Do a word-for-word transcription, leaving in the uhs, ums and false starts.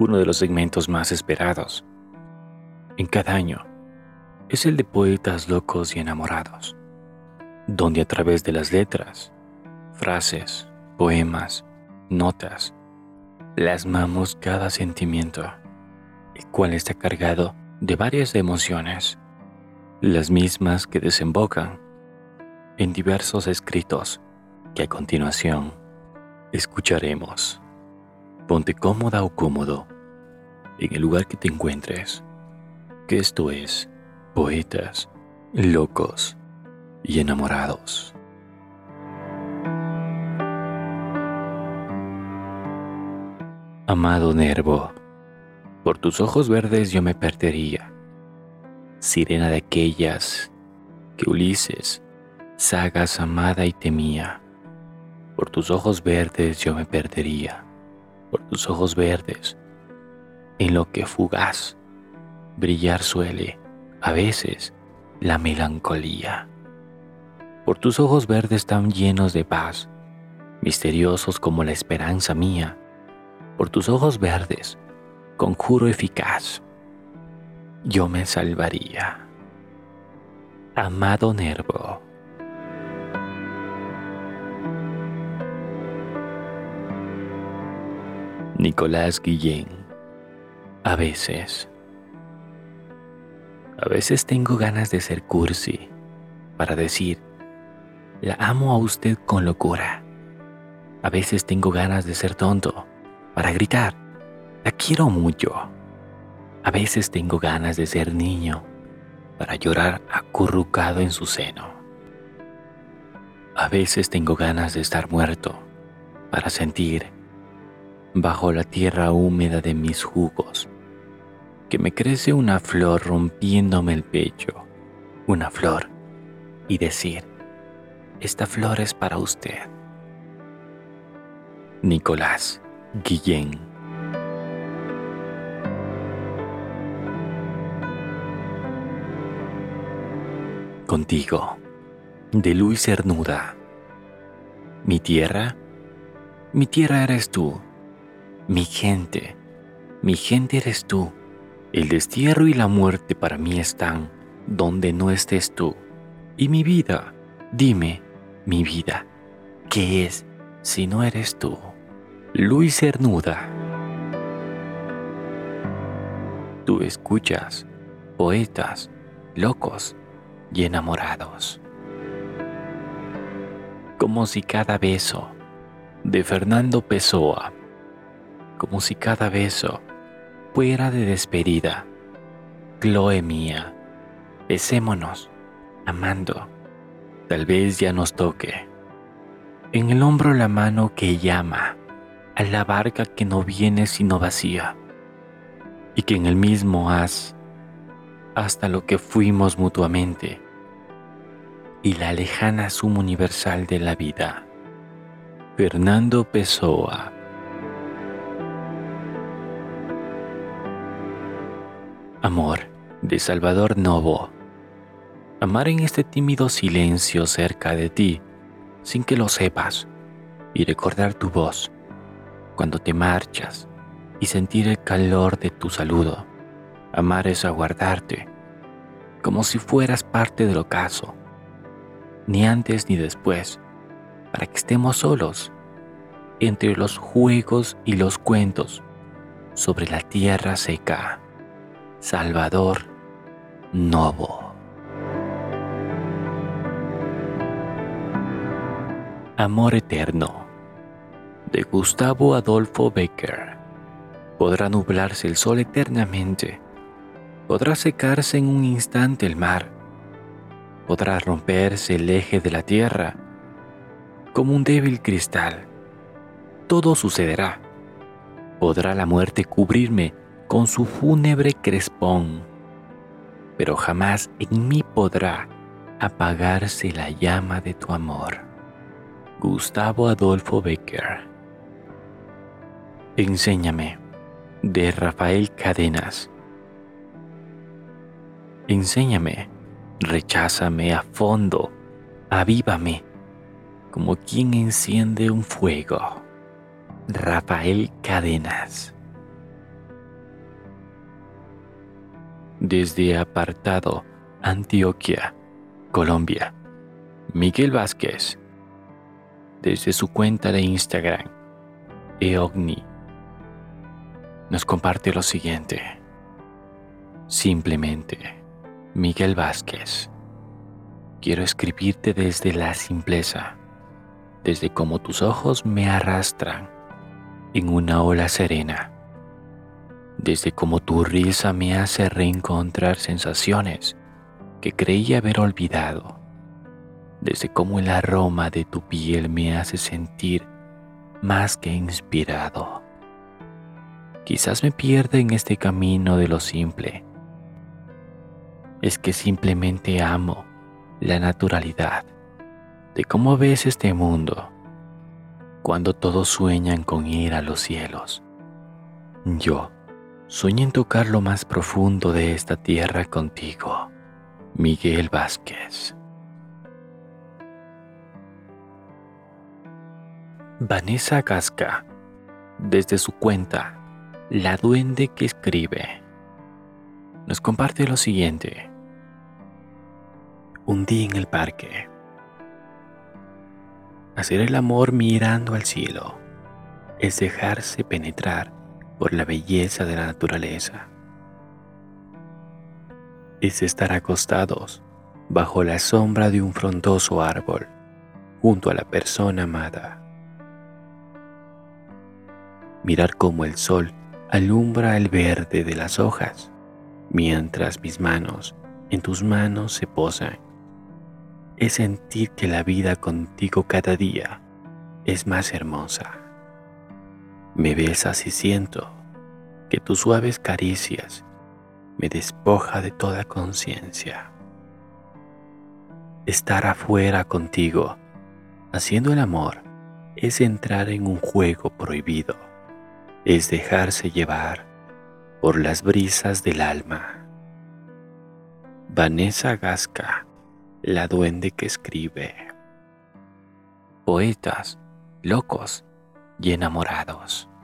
uno de los segmentos más esperados en cada año es el de Poetas Locos y Enamorados, donde a través de las letras, frases, poemas, notas, plasmamos cada sentimiento, el cual está cargado de varias emociones, las mismas que desembocan en diversos escritos que a continuación escucharemos. Ponte cómoda o cómodo en el lugar que te encuentres, que esto es Poetas Locos y Enamorados. Amado Nervo, por tus ojos verdes yo me perdería, sirena de aquellas que Ulises, sagas amada y temía. Por tus ojos verdes yo me perdería, por tus ojos verdes, en lo que fugaz brillar suele a veces la melancolía. Por tus ojos verdes tan llenos de paz, misteriosos como la esperanza mía, por tus ojos verdes, conjuro eficaz, yo me salvaría. Amado Nervo. Nicolás Guillén. A veces. A veces tengo ganas de ser cursi, para decir, la amo a usted con locura. A veces tengo ganas de ser tonto, para gritar, la quiero mucho. A veces tengo ganas de ser niño, para llorar acurrucado en su seno. A veces tengo ganas de estar muerto, para sentir, bajo la tierra húmeda de mis jugos, que me crece una flor rompiéndome el pecho, una flor, y decir, esta flor es para usted. Nicolás Guillén. Contigo, de Luis Cernuda. Mi tierra, mi tierra eres tú. Mi gente, mi gente eres tú. El destierro y la muerte para mí están donde no estés tú. Y mi vida, dime, mi vida, ¿qué es si no eres tú? Luis Cernuda. Tú escuchas Poetas Locos y Enamorados. Como si cada beso de Fernando Pessoa, como si cada beso fuera de despedida. Chloe mía, besémonos, amando, tal vez ya nos toque. En el hombro la mano que llama a la barca que no viene sino vacía, y que en el mismo haz hasta lo que fuimos mutuamente, y la lejana suma universal de la vida. Fernando Pessoa. Amor, de Salvador Novo. Amar en este tímido silencio cerca de ti, sin que lo sepas, y recordar tu voz cuando te marchas y sentir el calor de tu saludo. Amar es aguardarte, como si fueras parte del ocaso, ni antes ni después, para que estemos solos, entre los juegos y los cuentos, sobre la tierra seca. Salvador Novo. Amor eterno, de Gustavo Adolfo Bécquer. Podrá nublarse el sol eternamente, podrá secarse en un instante el mar, podrá romperse el eje de la tierra como un débil cristal. Todo sucederá. Podrá la muerte cubrirme con su fúnebre crespón, pero jamás en mí podrá apagarse la llama de tu amor. Gustavo Adolfo Bécquer. Enséñame, de Rafael Cadenas. Enséñame, recházame a fondo, avívame, como quien enciende un fuego. Rafael Cadenas. Desde Apartado, Antioquia, Colombia, Miguel Vázquez, desde su cuenta de Instagram, Eogni, nos comparte lo siguiente. Simplemente, Miguel Vázquez, quiero escribirte desde la simpleza, desde cómo tus ojos me arrastran en una ola serena, desde cómo tu risa me hace reencontrar sensaciones que creí haber olvidado, desde cómo el aroma de tu piel me hace sentir más que inspirado. Quizás me pierda en este camino de lo simple. Es que simplemente amo la naturalidad de cómo ves este mundo cuando todos sueñan con ir a los cielos. Yo sueño en tocar lo más profundo de esta tierra contigo, Miguel Vázquez. Vanessa Gasca, desde su cuenta La Duende que Escribe, nos comparte lo siguiente. Un día en el parque. Hacer el amor mirando al cielo es dejarse penetrar por la belleza de la naturaleza. Es estar acostados bajo la sombra de un frondoso árbol junto a la persona amada. Mirar cómo el sol alumbra el verde de las hojas mientras mis manos en tus manos se posan. Es sentir que la vida contigo cada día es más hermosa. Me besas y siento que tus suaves caricias me despoja de toda conciencia. Estar afuera contigo, haciendo el amor, es entrar en un juego prohibido. Es dejarse llevar por las brisas del alma. Vanessa Gasca, La Duende que Escribe. Poetas, locos y enamorados.